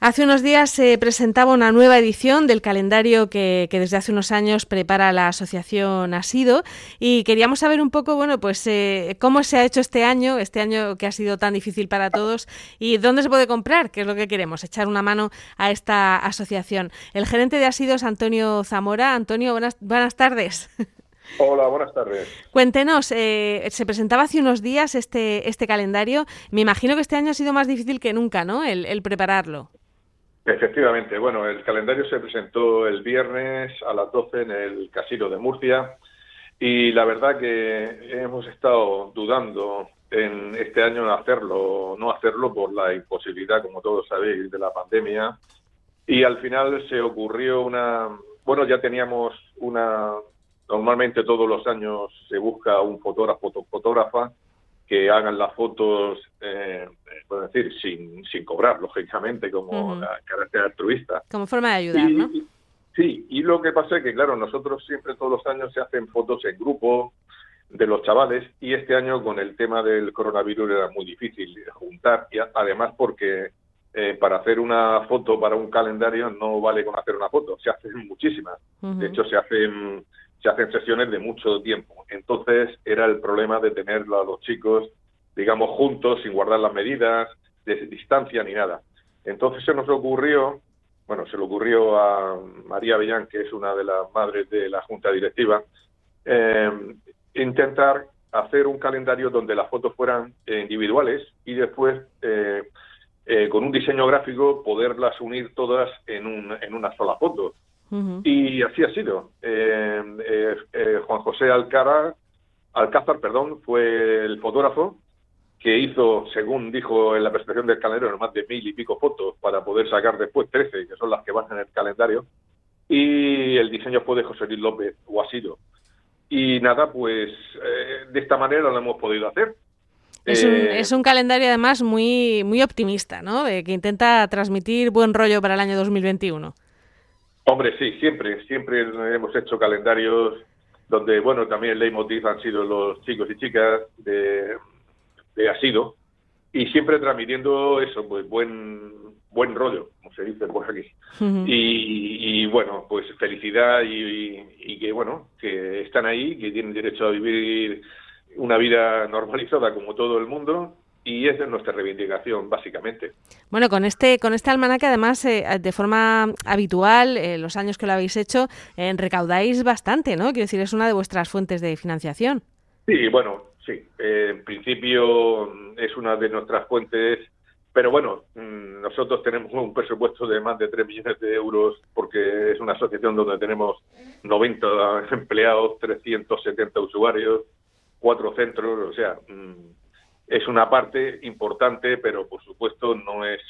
Hace unos días se presentaba una nueva edición del calendario que desde hace unos años prepara la asociación Asido, y queríamos saber un poco, cómo se ha hecho este año que ha sido tan difícil para todos, y dónde se puede comprar, que es lo que queremos, echar una mano a esta asociación. El gerente de Asido es Antonio Zamora. Antonio, buenas tardes. Hola, buenas tardes. Cuéntenos, se presentaba hace unos días este calendario. Me imagino que este año ha sido más difícil que nunca, ¿no?, el prepararlo. Efectivamente, bueno, el calendario se presentó el viernes a las 12 en el Casino de Murcia y la verdad que hemos estado dudando en este año hacerlo o no hacerlo por la imposibilidad, como todos sabéis, de la pandemia, y al final se ocurrió ya teníamos normalmente todos los años se busca un fotógrafo o fotógrafa que hagan las fotos, puedo decir, sin cobrar, lógicamente, como carácter altruista. Como forma de ayudar, ¿no? Sí, y lo que pasa es que, claro, nosotros siempre todos los años se hacen fotos en grupo de los chavales, y este año con el tema del coronavirus era muy difícil juntar, y además porque para hacer una foto para un calendario no vale con hacer una foto, se hacen muchísimas. De hecho, se hacen sesiones de mucho tiempo. Entonces era el problema de tener a los chicos, digamos, juntos, sin guardar las medidas de distancia ni nada. Entonces se le ocurrió a María Avellán, que es una de las madres de la Junta Directiva, intentar hacer un calendario donde las fotos fueran individuales y después, con un diseño gráfico, poderlas unir todas en una sola foto. Y así ha sido. Juan José Alcázar, fue el fotógrafo que hizo, según dijo en la presentación del calendario, más de 1000 y pico fotos para poder sacar después 13, que son las que van en el calendario. Y el diseño fue de José Luis López, o ha sido. Y nada, pues de esta manera lo hemos podido hacer. Es un calendario además muy, muy optimista, ¿no?, que intenta transmitir buen rollo para el año 2021. Hombre, sí, siempre hemos hecho calendarios donde, también el leitmotiv han sido los chicos y chicas de Asido, y siempre transmitiendo eso, pues buen rollo, como se dice por aquí. Y pues felicidad y que están ahí, que tienen derecho a vivir una vida normalizada como todo el mundo. Y esa es nuestra reivindicación, básicamente. Bueno, con este almanaque, además, de forma habitual, los años que lo habéis hecho, recaudáis bastante, ¿no? Quiero decir, es una de vuestras fuentes de financiación. Sí, sí. En principio es una de nuestras fuentes, pero nosotros tenemos un presupuesto de más de 3 millones de euros porque es una asociación donde tenemos 90 empleados, 370 usuarios, 4 centros, o sea... es una parte importante, pero por supuesto no es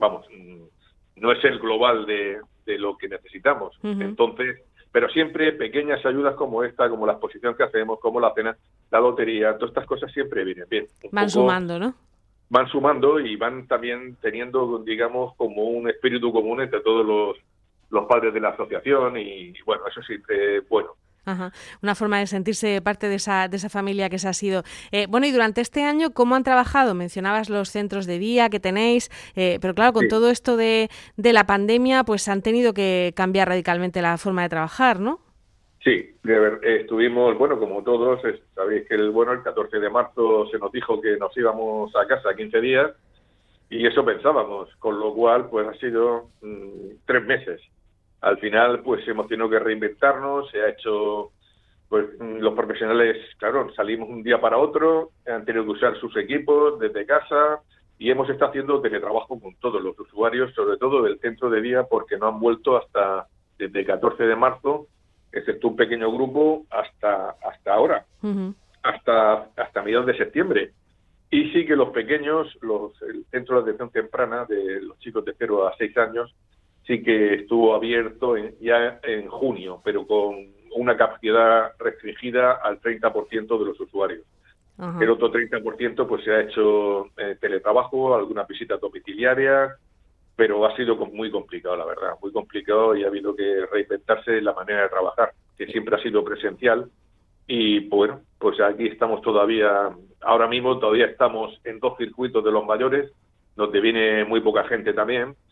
el global de lo que necesitamos. Entonces, pero siempre pequeñas ayudas como esta, como la exposición que hacemos, como la cena, la lotería, todas estas cosas siempre vienen bien. Van sumando, ¿no? Van sumando y van también teniendo, digamos, como un espíritu común entre todos los padres de la asociación, y eso siempre es bueno. Ajá. Una forma de sentirse parte de esa familia que se ha sido. Y durante este año, ¿cómo han trabajado? Mencionabas los centros de día que tenéis, pero claro, con todo esto de la pandemia, pues han tenido que cambiar radicalmente la forma de trabajar, ¿no? Sí, estuvimos, como todos, sabéis que el 14 de marzo se nos dijo que nos íbamos a casa 15 días, y eso pensábamos, con lo cual pues ha sido 3 meses. Al final, pues hemos tenido que reinventarnos, se ha hecho, los profesionales, claro, salimos un día para otro, han tenido que usar sus equipos desde casa, y hemos estado haciendo teletrabajo con todos los usuarios, sobre todo del centro de día, porque no han vuelto desde el 14 de marzo, excepto un pequeño grupo, hasta ahora, hasta mediados de septiembre. Y sí que los pequeños, el centro de atención temprana de los chicos de 0 a 6 años, sí que estuvo abierto ya en junio, pero con una capacidad restringida al 30% de los usuarios. El otro 30% pues se ha hecho teletrabajo, algunas visitas domiciliarias, pero ha sido muy complicado, la verdad, muy complicado, y ha habido que reinventarse la manera de trabajar, que siempre ha sido presencial. Y pues aquí estamos todavía, ahora mismo todavía estamos en 2 circuitos de los mayores, donde viene muy poca gente también.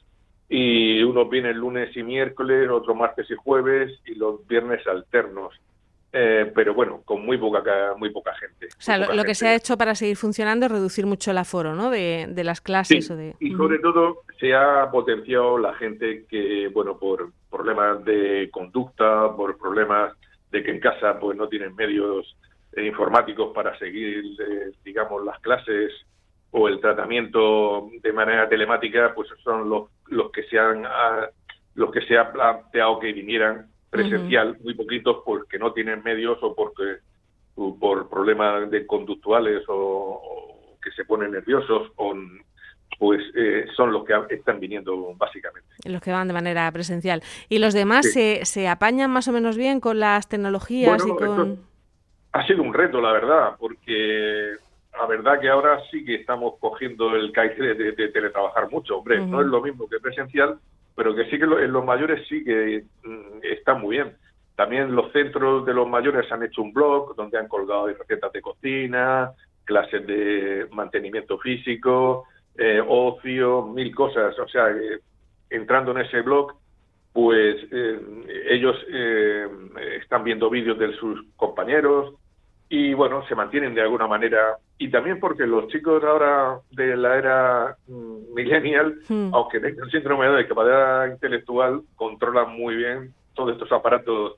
y unos vienen lunes y miércoles, otros martes y jueves y los viernes alternos. Pero bueno, con muy poca gente. O sea, lo que se ha hecho para seguir funcionando es reducir mucho el aforo, ¿no? De las clases. Sí, y sobre todo se ha potenciado la gente que, bueno, por problemas de conducta, por problemas de que en casa pues no tienen medios informáticos para seguir, digamos, las clases o el tratamiento de manera telemática, pues son los que se ha planteado que vinieran presencial, muy poquitos porque no tienen medios o por problemas de conductuales o que se ponen nerviosos pues son los que están viniendo básicamente. Los que van de manera presencial. ¿Y los demás sí. se apañan más o menos bien con las tecnologías? Bueno, esto ha sido un reto, la verdad, porque la verdad que ahora sí que estamos cogiendo el caice de teletrabajar mucho. Hombre, no es lo mismo que presencial, pero que sí que en los mayores sí que están muy bien. También los centros de los mayores han hecho un blog donde han colgado recetas de cocina, clases de mantenimiento físico, ocio, 1000 cosas. O sea, entrando en ese blog, pues ellos están viendo vídeos de sus compañeros y bueno, se mantienen de alguna manera. Y también porque los chicos ahora de la era millennial, aunque tengan síndrome de discapacidad intelectual, controlan muy bien todos estos aparatos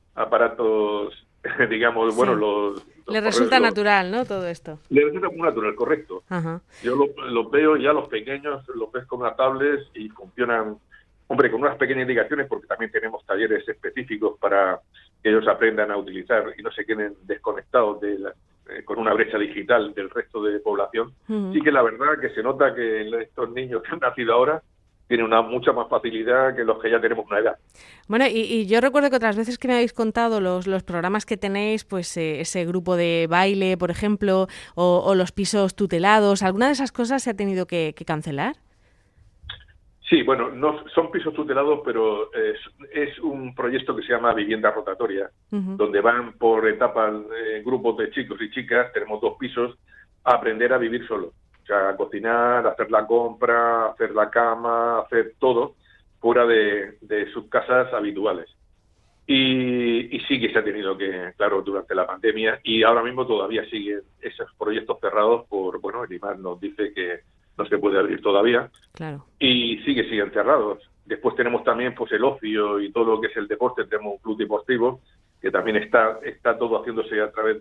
digamos, bueno, les resulta natural, ¿no? Todo esto. Les resulta muy natural, correcto. Ajá. Yo los veo ya, los pequeños, los ves con una tablet y funcionan, hombre, con unas pequeñas indicaciones, porque también tenemos talleres específicos para que ellos aprendan a utilizar y no se queden desconectados con una brecha digital del resto de población. Sí que la verdad que se nota que estos niños que han nacido ahora tienen mucha más facilidad que los que ya tenemos una edad. Bueno, y yo recuerdo que otras veces que me habéis contado los programas que tenéis, pues ese grupo de baile, por ejemplo, o los pisos tutelados, ¿alguna de esas cosas se ha tenido que cancelar? Sí, bueno, no son pisos tutelados, pero es un proyecto que se llama Vivienda Rotatoria, donde van por etapas grupos de chicos y chicas, tenemos 2 pisos, a aprender a vivir solos. O sea, a cocinar, a hacer la compra, a hacer la cama, a hacer todo fuera de sus casas habituales. Y sí que se ha tenido que, claro, durante la pandemia, y ahora mismo todavía siguen esos proyectos cerrados bueno, el IMAR nos dice que no se puede abrir todavía. Claro. Y siguen cerrados. Después tenemos también pues el ocio y todo lo que es el deporte, tenemos un club deportivo que también está todo haciéndose a través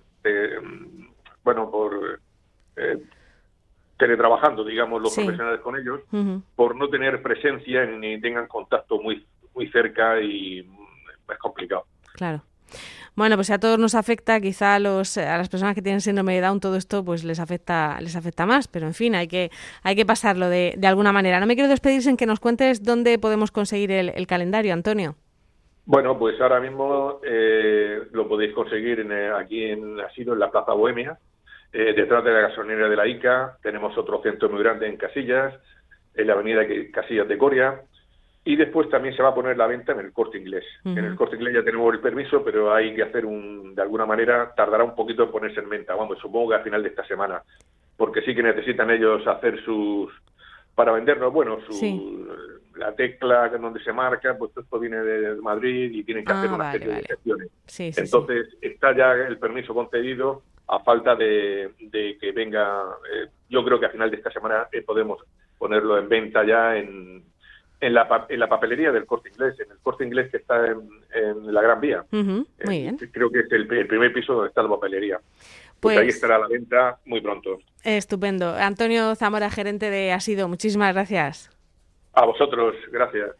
por teletrabajando, digamos, los profesionales con ellos, por no tener presencia ni tengan contacto muy cerca y es complicado. Claro. Bueno, pues si a todos nos afecta, quizá a las personas que tienen síndrome de Down todo esto pues les afecta más, pero en fin, hay que pasarlo de alguna manera. No me quiero despedir sin que nos cuentes dónde podemos conseguir el calendario, Antonio. Bueno, pues ahora mismo lo podéis conseguir aquí en la Plaza Bohemia, detrás de la gasolinera de la ICA. Tenemos otro centro muy grande en Casillas, en la avenida Casillas de Coria. Y después también se va a poner la venta en el Corte Inglés. En el Corte Inglés ya tenemos el permiso, pero hay que hacer de alguna manera, tardará un poquito en ponerse en venta. Vamos, supongo que al final de esta semana. Porque sí que necesitan ellos hacer para vendernos, bueno, la tecla donde se marca, pues esto viene de Madrid y tienen que hacer una serie de gestiones. Entonces está ya el permiso concedido a falta de que venga. Yo creo que al final de esta semana podemos ponerlo en venta ya en la papelería del Corte Inglés, en el Corte Inglés que está en la Gran Vía. Muy bien. Creo que es el primer piso donde está la papelería. Pues ahí estará a la venta muy pronto. Estupendo. Antonio Zamora, gerente de Asido, muchísimas gracias. A vosotros, gracias.